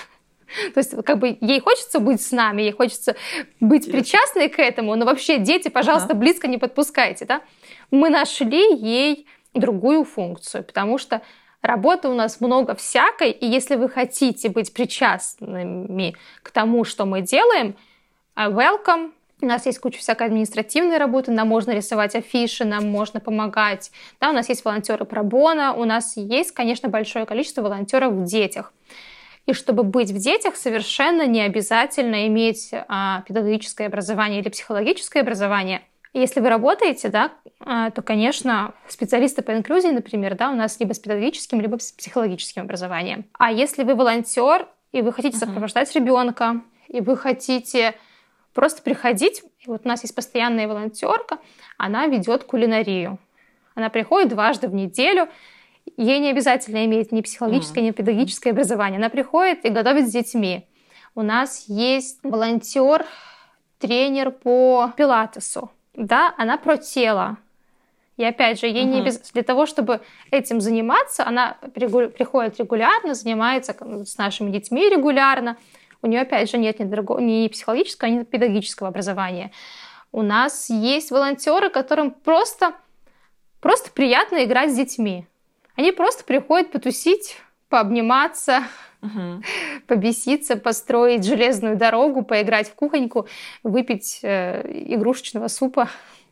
Speaker 1: То есть как бы ей хочется быть с нами, ей хочется быть причастной к этому, но вообще дети, пожалуйста, близко не подпускайте. Да? Мы нашли ей другую функцию, потому что работы у нас много всякой, и если вы хотите быть причастными к тому, что мы делаем, welcome. У нас есть куча всякой административной работы, нам можно рисовать афиши, нам можно помогать. Да, у нас есть волонтеры пробона, у нас есть, конечно, большое количество волонтеров в детях. И чтобы быть в детях, совершенно не обязательно иметь а, педагогическое образование или психологическое образование. Если вы работаете, да, а, то, конечно, специалисты по инклюзии, например, да, у нас либо с педагогическим, либо с психологическим образованием. А если вы волонтер, и вы хотите сопровождать uh-huh. ребенка, и вы хотите просто приходить, и вот у нас есть постоянная волонтерка, она ведет кулинарию. Она приходит дважды в неделю, ей не обязательно иметь ни психологическое, mm-hmm. ни педагогическое образование. Она приходит и готовит с детьми. У нас есть волонтер, тренер по пилатесу. Да, она про тело. И опять же, ей mm-hmm. не обяз... для того, чтобы этим заниматься, она пригу... приходит регулярно, занимается с нашими детьми регулярно. У нее, опять же, нет ни, дорого... ни психологического, ни педагогического образования. У нас есть волонтеры, которым просто, просто приятно играть с детьми. Они просто приходят потусить, пообниматься, uh-huh. побеситься, построить железную дорогу, поиграть в кухоньку, выпить э, игрушечного супа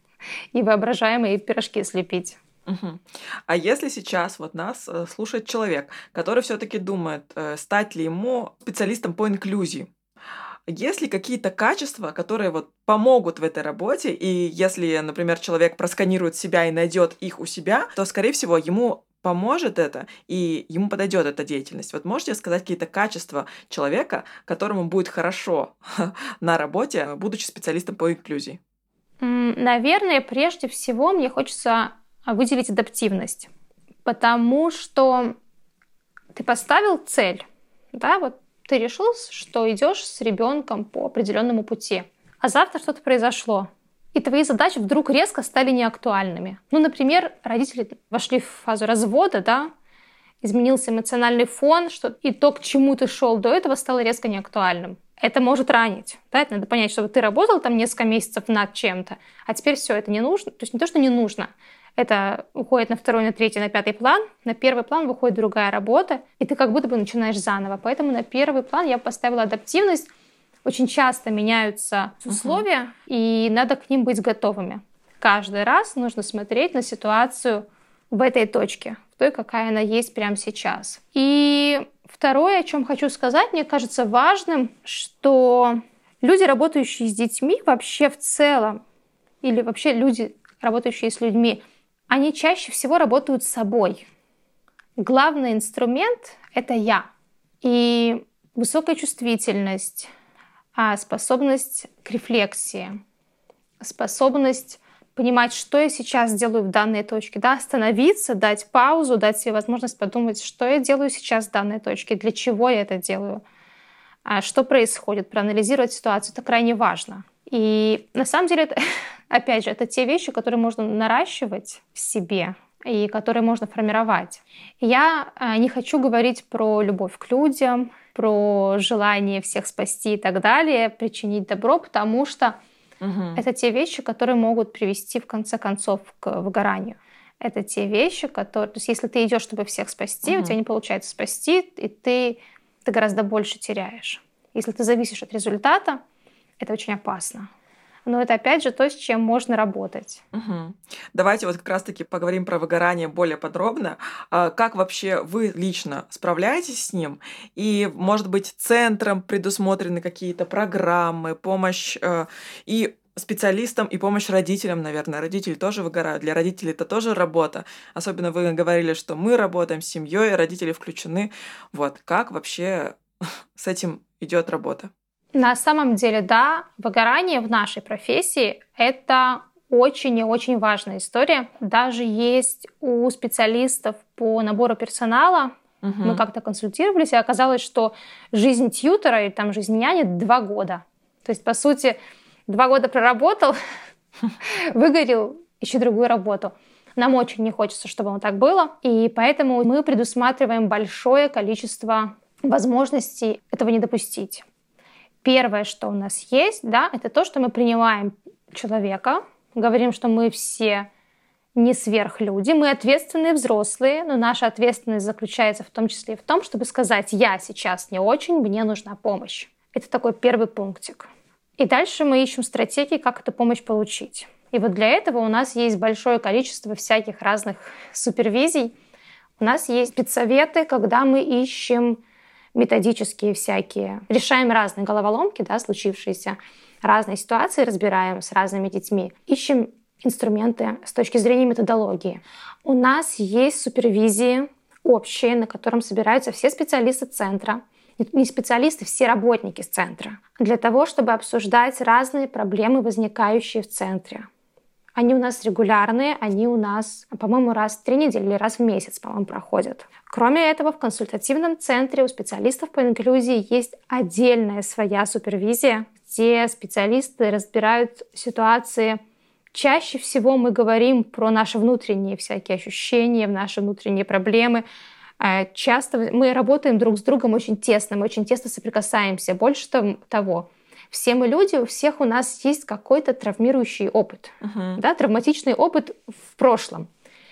Speaker 1: и воображаемые пирожки слепить.
Speaker 2: Угу. А если сейчас вот нас э, слушает человек, который все-таки думает, э, стать ли ему специалистом по инклюзии, есть ли какие-то качества, которые вот помогут в этой работе, и если, например, человек просканирует себя и найдет их у себя, то, скорее всего, ему поможет это, и ему подойдет эта деятельность. Вот можете сказать какие-то качества человека, которому будет хорошо на работе, будучи специалистом по инклюзии?
Speaker 1: Наверное, прежде всего мне хочется выделить адаптивность, потому что ты поставил цель, да, вот ты решил, что идешь с ребенком по определенному пути, а завтра что-то произошло, и твои задачи вдруг резко стали неактуальными. Ну, например, родители вошли в фазу развода, да, изменился эмоциональный фон, что и то, к чему ты шел до этого, стало резко неактуальным. Это может ранить. Да? Это надо понять, что ты работал там несколько месяцев над чем-то, а теперь все это не нужно. То есть не то, что не нужно. Это уходит на второй, на третий, на пятый план. На первый план выходит другая работа, и ты как будто бы начинаешь заново. Поэтому на первый план я поставила адаптивность. Очень часто меняются условия, uh-huh. и надо к ним быть готовыми. Каждый раз нужно смотреть на ситуацию в этой точке, в той, какая она есть прямо сейчас. И второе, о чем хочу сказать, мне кажется важным, что люди, работающие с детьми, вообще в целом, или вообще люди, работающие с людьми, они чаще всего работают с собой. Главный инструмент — это я. И высокая чувствительность, а способность к рефлексии, способность понимать, что я сейчас делаю в данной точке, да, остановиться, дать паузу, дать себе возможность подумать, что я делаю сейчас в данной точке, для чего я это делаю, что происходит, проанализировать ситуацию. Это крайне важно. И на самом деле, это, опять же, это те вещи, которые можно наращивать в себе и которые можно формировать. Я не хочу говорить про любовь к людям, про желание всех спасти и так далее, причинить добро, потому что угу. это те вещи, которые могут привести в конце концов к выгоранию. Это те вещи, которые... То есть если ты идешь, чтобы всех спасти, угу. у тебя не получается спасти, и ты, ты гораздо больше теряешь. Если ты зависишь от результата, это очень опасно. Но это, опять же, то, с чем можно работать.
Speaker 2: Угу. Давайте вот как раз-таки поговорим про выгорание более подробно. Как вообще вы лично справляетесь с ним? И, может быть, центром предусмотрены какие-то программы, помощь и специалистам, и помощь родителям, наверное. Родители тоже выгорают. Для родителей это тоже работа. Особенно вы говорили, что мы работаем с семьей, родители включены. Вот. Как вообще с этим идет работа?
Speaker 1: На самом деле, да, выгорание в нашей профессии — это очень и очень важная история. Даже есть у специалистов по набору персонала, угу. мы как-то консультировались, и оказалось, что жизнь тьютера и там жизнь няни — два года. То есть, по сути, два года проработал, выгорел, ищи другую работу. Нам очень не хочется, чтобы так было, и поэтому мы предусматриваем большое количество возможностей этого не допустить. Первое, что у нас есть, да, это то, что мы принимаем человека, говорим, что мы все не сверхлюди, мы ответственные взрослые, но наша ответственность заключается в том числе и в том, чтобы сказать: я сейчас не очень, мне нужна помощь. Это такой первый пунктик. И дальше мы ищем стратегии, как эту помощь получить. И вот для этого у нас есть большое количество всяких разных супервизий. У нас есть спецсоветы, когда мы ищем методические всякие, решаем разные головоломки, да, случившиеся, разные ситуации разбираем с разными детьми, ищем инструменты с точки зрения методологии. У нас есть супервизии общие, на котором собираются все специалисты центра, не специалисты, все работники центра, для того, чтобы обсуждать разные проблемы, возникающие в центре. Они у нас регулярные, они у нас, по-моему, раз в три недели или раз в месяц, по-моему, проходят. Кроме этого, в консультативном центре у специалистов по инклюзии есть отдельная своя супервизия, где специалисты разбирают ситуации. Чаще всего мы говорим про наши внутренние всякие ощущения, наши внутренние проблемы. Часто мы работаем друг с другом очень тесно, мы очень тесно соприкасаемся. Больше того, все мы люди, у всех у нас есть какой-то травмирующий опыт, uh-huh. да, травматичный опыт в прошлом.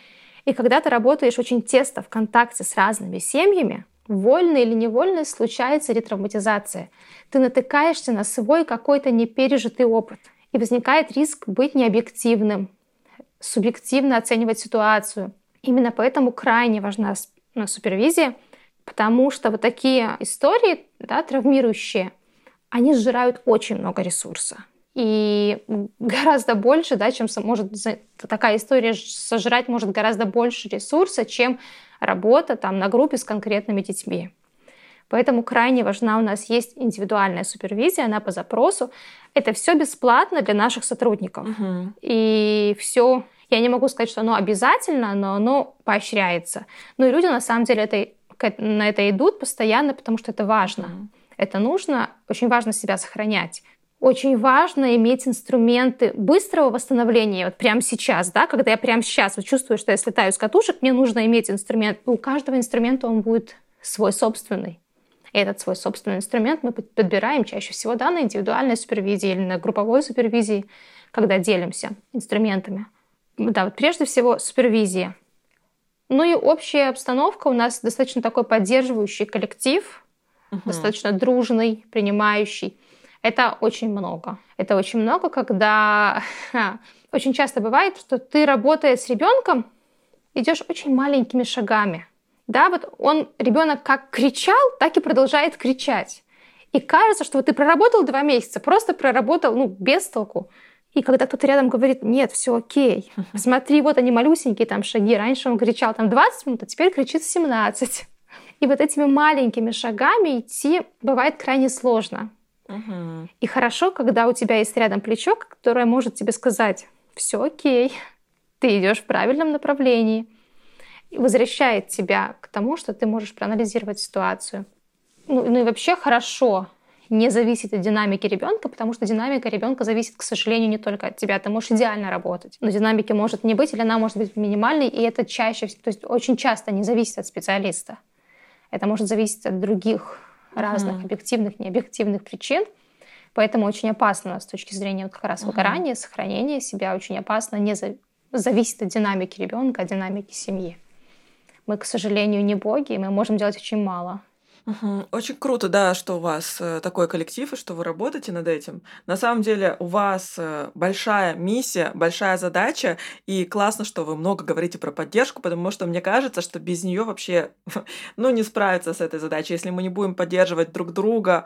Speaker 1: И когда ты работаешь очень тесно в контакте с разными семьями, вольно или невольно случается ретравматизация. Ты натыкаешься на свой какой-то непережитый опыт. И возникает риск быть необъективным, субъективно оценивать ситуацию. Именно поэтому крайне важна супервизия, потому что вот такие истории, да, травмирующие, они сжирают очень много ресурса. И гораздо больше, да, чем может такая история сожрать может гораздо больше ресурса, чем работа там, на группе с конкретными детьми. Поэтому крайне важна у нас есть индивидуальная супервизия, она по запросу. Это все бесплатно для наших сотрудников. Uh-huh. И все, я не могу сказать, что оно обязательно, но оно поощряется. Ну и люди на самом деле это, на это идут постоянно, потому что это важно. Uh-huh. Это нужно, очень важно себя сохранять. Очень важно иметь инструменты быстрого восстановления. Вот прямо сейчас, да, когда я прямо сейчас вот чувствую, что я слетаю с катушек, мне нужно иметь инструмент. У каждого инструмента он будет свой собственный. И этот свой собственный инструмент мы подбираем чаще всего, да, на индивидуальной супервизии или на групповой супервизии, когда делимся инструментами. Да, вот прежде всего супервизия. Ну и общая обстановка. У нас достаточно такой поддерживающий коллектив, uh-huh. достаточно дружный, принимающий. Это очень много. Это очень много, когда очень часто бывает, что ты, работая с ребенком, идешь очень маленькими шагами. Да, вот он, ребенок как кричал, так и продолжает кричать. И кажется, что вот ты проработал два месяца, просто проработал, ну, без толку. И когда кто-то рядом говорит: нет, все окей, смотри, вот они малюсенькие там шаги. Раньше он кричал там двадцать минут, а теперь кричит семнадцать. И вот этими маленькими шагами идти бывает крайне сложно.
Speaker 2: Мгм.
Speaker 1: И хорошо, когда у тебя есть рядом плечо, которое может тебе сказать: все окей, ты идешь в правильном направлении. И возвращает тебя к тому, что ты можешь проанализировать ситуацию. Ну, ну и вообще хорошо не зависит от динамики ребенка, потому что динамика ребенка зависит, к сожалению, не только от тебя. Ты можешь идеально работать, но динамики может не быть, или она может быть минимальной, и это чаще, вс- то есть очень часто не зависит от специалиста. Это может зависеть от других разных
Speaker 2: Мгм.
Speaker 1: объективных, необъективных причин. Поэтому очень опасно с точки зрения вот как раз
Speaker 2: Мгм.
Speaker 1: выгорания, сохранения себя, очень опасно не за- зависит от динамики ребенка, от динамики семьи. Мы, к сожалению, не боги, и мы можем делать очень мало.
Speaker 2: Мгм. Очень круто, да, что у вас э, такой коллектив и что вы работаете над этим. На самом деле у вас э, большая миссия, большая задача, и классно, что вы много говорите про поддержку, потому что мне кажется, что без нее вообще, ну, не справиться с этой задачей. Если мы не будем поддерживать друг друга,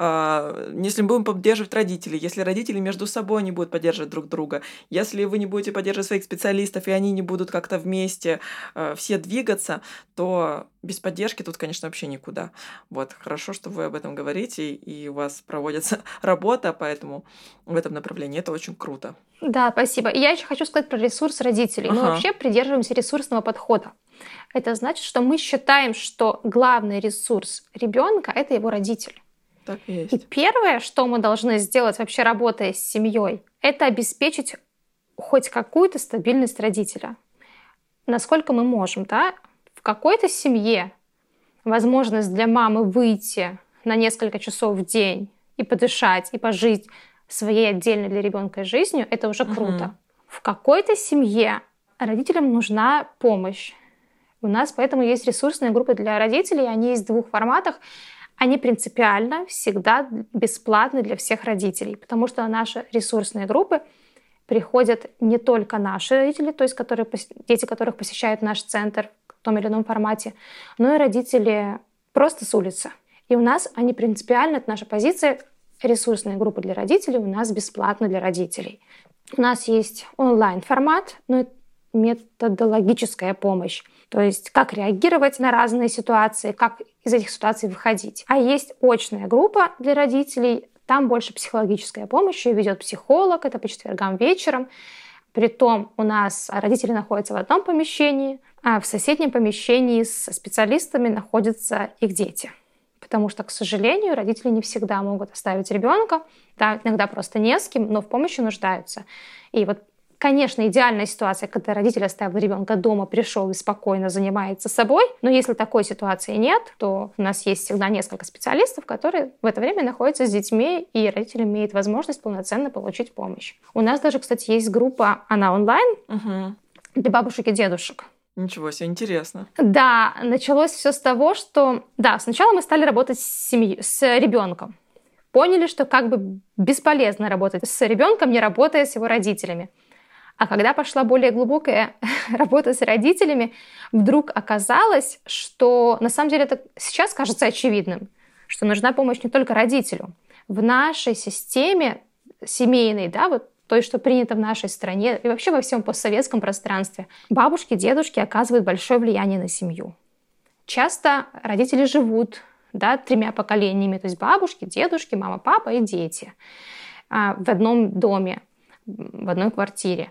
Speaker 2: а, если мы будем поддерживать родителей, если родители между собой не будут поддерживать друг друга, если вы не будете поддерживать своих специалистов, и они не будут как-то вместе э, все двигаться, то без поддержки тут, конечно, вообще никуда. Вот, хорошо, что вы об этом говорите, и у вас проводится работа, поэтому в этом направлении это очень круто.
Speaker 1: Да, спасибо. И я еще хочу сказать про ресурс родителей. Мы
Speaker 2: Ага,
Speaker 1: вообще придерживаемся ресурсного подхода. Это значит, что мы считаем, что главный ресурс ребенка — это его родитель.
Speaker 2: так и
Speaker 1: И
Speaker 2: есть.
Speaker 1: первое, что мы должны сделать, вообще работая с семьей, это обеспечить хоть какую-то стабильность родителя. Насколько мы можем, да? В какой-то семье возможность для мамы выйти на несколько часов в день и подышать, и пожить своей отдельной для ребенка жизнью, это уже круто.
Speaker 2: Мгм.
Speaker 1: В какой-то семье родителям нужна помощь. У нас поэтому есть ресурсные группы для родителей, они есть в двух форматах. Они принципиально всегда бесплатны для всех родителей, потому что на наши ресурсные группы приходят не только наши родители, то есть которые, пос- дети, которых посещают наш центр в том или ином формате, но и родители просто с улицы. И у нас они принципиально, это наша позиция, ресурсные группы для родителей у нас бесплатно для родителей. У нас есть онлайн-формат, но это методологическая помощь. То есть как реагировать на разные ситуации, как из этих ситуаций выходить. А есть очная группа для родителей, там больше психологическая помощь, ее ведет психолог, это по четвергам вечером. Притом у нас родители находятся в одном помещении, а в соседнем помещении со специалистами находятся их дети. Потому что, к сожалению, родители не всегда могут оставить ребенка, да, иногда просто не с кем, но в помощи нуждаются. И вот, конечно, идеальная ситуация, когда родитель оставил ребенка дома, пришел и спокойно занимается собой. Но если такой ситуации нет, то у нас есть всегда несколько специалистов, которые в это время находятся с детьми, и родитель имеет возможность полноценно получить помощь. У нас даже, кстати, есть группа, она онлайн,
Speaker 2: Мгм.
Speaker 1: для бабушек и дедушек.
Speaker 2: Ничего себе, интересно.
Speaker 1: Да, началось все с того, что, да, сначала мы стали работать с семьей, с ребенком. Поняли, что как бы бесполезно работать с ребенком, не работая с его родителями. А когда пошла более глубокая работа с родителями, вдруг оказалось, что на самом деле это сейчас кажется очевидным, что нужна помощь не только родителю. В нашей системе семейной, да, вот той, что принято в нашей стране и вообще во всем постсоветском пространстве, бабушки, дедушки оказывают большое влияние на семью. Часто родители живут, да, тремя поколениями, то есть бабушки, дедушки, мама, папа и дети а, в одном доме, в одной квартире.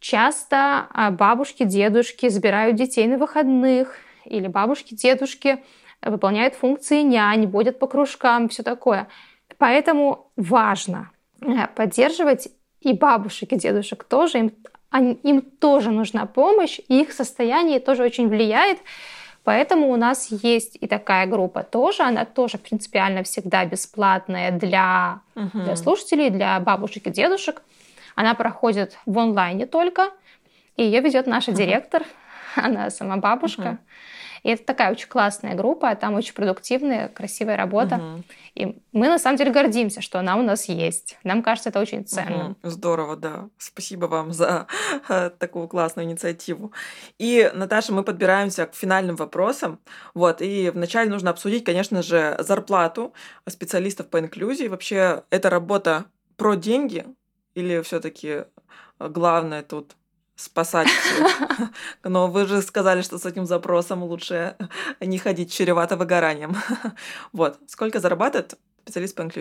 Speaker 1: Часто а, бабушки, дедушки забирают детей на выходных, или бабушки, дедушки выполняют функции нянь, водят по кружкам, все такое. Поэтому важно э, поддерживать и бабушек, и дедушек тоже. Им, они- им тоже нужна помощь, и их состояние тоже очень влияет. Поэтому у нас есть и такая группа тоже. Она тоже принципиально всегда бесплатная для, для
Speaker 2: Мгм.
Speaker 1: слушателей, для бабушек и дедушек. Она проходит в онлайне только, и ее ведет наша директор, она сама бабушка.
Speaker 2: Мгм.
Speaker 1: И это такая очень классная группа, там очень продуктивная, красивая работа.
Speaker 2: Мгм.
Speaker 1: И мы на самом деле гордимся, что она у нас есть. Нам кажется это очень ценным.
Speaker 2: Мгм. Здорово, да. Спасибо вам за э, такую классную инициативу. И, Наташа, мы подбираемся к финальным вопросам. Вот, и вначале нужно обсудить, конечно же, зарплату специалистов по инклюзии. Вообще, эта работа про деньги или все-таки главное тут спасать всех? Но вы же сказали, что с этим запросом лучше не ходить чревато выгоранием. Вот. Сколько зарабатывает специалист по инклюзии?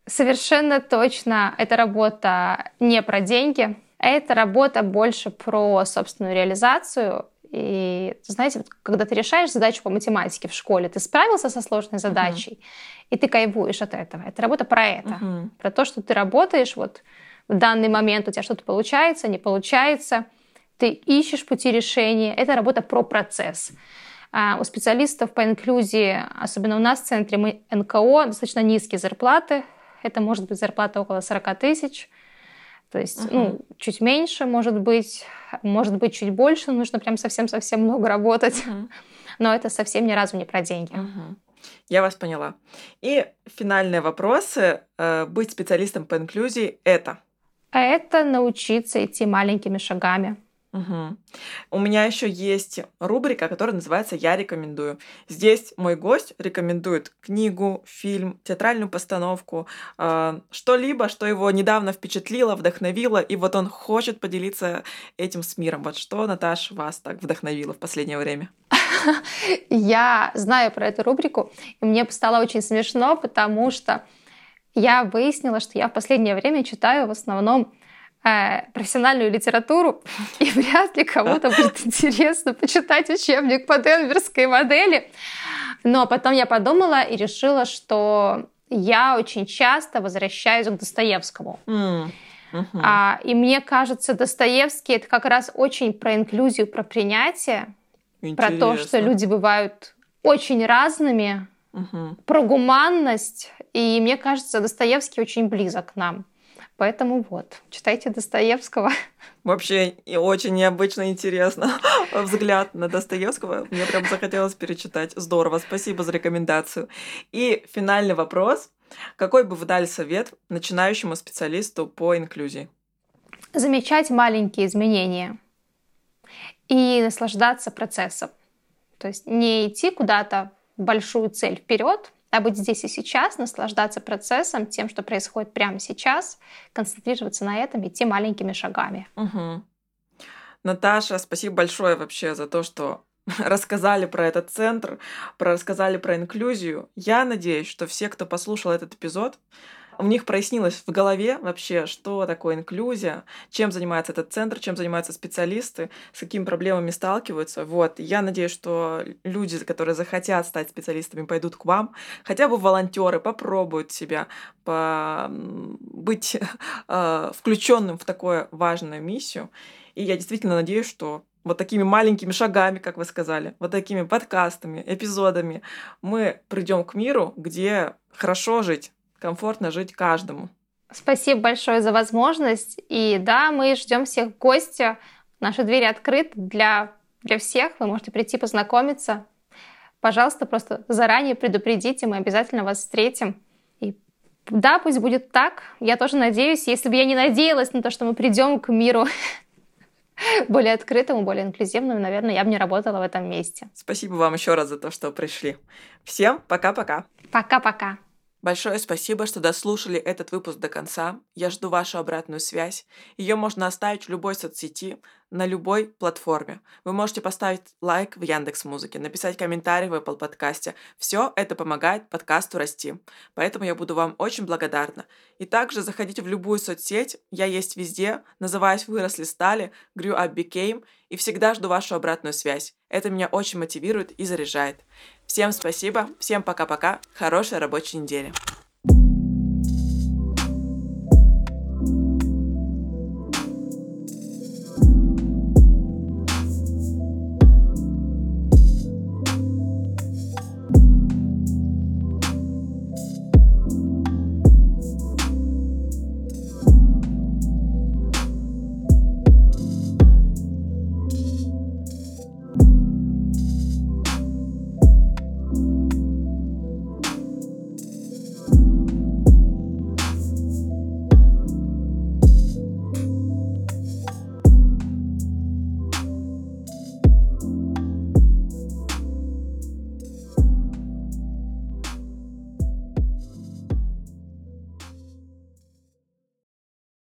Speaker 1: Совершенно точно, эта работа не про деньги, это работа больше про собственную реализацию. И, знаете, вот, когда ты решаешь задачу по математике в школе, ты справился со сложной задачей, uh-huh. и ты кайфуешь от этого. Это работа про это, uh-huh. про то, что ты работаешь, вот в данный момент у тебя что-то получается, не получается, ты ищешь пути решения. Это работа про процесс. А у специалистов по инклюзии, особенно у нас в центре, мы эн ка о, достаточно низкие зарплаты. Это может быть зарплата около сорок тысяч. То есть, uh-huh. ну, чуть меньше, может быть, может быть, чуть больше, нужно прям совсем-совсем много работать. Uh-huh. Но это совсем ни разу не про деньги.
Speaker 2: Uh-huh. Я вас поняла. И финальные вопросы. Быть специалистом по инклюзии — это?
Speaker 1: Это научиться идти маленькими шагами.
Speaker 2: Угу. У меня еще есть рубрика, которая называется «Я рекомендую». Здесь мой гость рекомендует книгу, фильм, театральную постановку, э, что-либо, что его недавно впечатлило, вдохновило, и вот он хочет поделиться этим с миром. Вот что, Наташ, вас так вдохновило в последнее время?
Speaker 1: Я знаю про эту рубрику, и мне стало очень смешно, потому что я выяснила, что я в последнее время читаю в основном профессиональную литературу, и вряд ли кому-то будет интересно почитать учебник по денверской модели. Но потом я подумала и решила, что я очень часто возвращаюсь к Достоевскому. Mm. Uh-huh. А, и мне кажется, Достоевский — это как раз очень про инклюзию, про принятие, интересно. Про то, что люди бывают очень разными, uh-huh. про гуманность. И мне кажется, Достоевский очень близок к нам. Поэтому вот, читайте Достоевского.
Speaker 2: Вообще очень необычно интересно взгляд на Достоевского. Мне прям захотелось перечитать. Здорово, спасибо за рекомендацию. И финальный вопрос. Какой бы вы дали совет начинающему специалисту по инклюзии?
Speaker 1: Замечать маленькие изменения и наслаждаться процессом. То есть не идти куда-то в большую цель вперед, а быть здесь и сейчас, наслаждаться процессом, тем, что происходит прямо сейчас, концентрироваться на этом, идти маленькими шагами.
Speaker 2: Угу. Наташа, спасибо большое вообще за то, что рассказали про этот центр, про рассказали про инклюзию. Я надеюсь, что все, кто послушал этот эпизод, у них прояснилось в голове вообще, что такое инклюзия, чем занимается этот центр, чем занимаются специалисты, с какими проблемами сталкиваются. Вот. Я надеюсь, что люди, которые захотят стать специалистами, пойдут к вам, хотя бы волонтеры, попробуют себя по... быть э, включенным в такую важную миссию. И я действительно надеюсь, что вот такими маленькими шагами, как вы сказали, вот такими подкастами, эпизодами мы придем к миру, где хорошо жить, комфортно жить каждому.
Speaker 1: Спасибо большое за возможность. И да, мы ждем всех в гости. Наши двери открыты для, для всех. Вы можете прийти познакомиться. Пожалуйста, просто заранее предупредите, мы обязательно вас встретим. И да, пусть будет так. Я тоже надеюсь. Если бы я не надеялась на то, что мы придем к миру более открытому, более инклюзивному, наверное, я бы не работала в этом месте.
Speaker 2: Спасибо вам еще раз за то, что пришли. Всем пока-пока.
Speaker 1: Пока-пока.
Speaker 2: Большое спасибо, что дослушали этот выпуск до конца. Я жду вашу обратную связь. Ее можно оставить в любой соцсети, на любой платформе. Вы можете поставить лайк в Яндекс.Музыке, написать комментарий в Apple подкасте. Все это помогает подкасту расти. Поэтому я буду вам очень благодарна. И также заходите в любую соцсеть. Я есть везде. Называюсь «Выросли стали», «Grew up became». И всегда жду вашу обратную связь. Это меня очень мотивирует и заряжает. Всем спасибо, всем пока-пока, хорошей рабочей недели.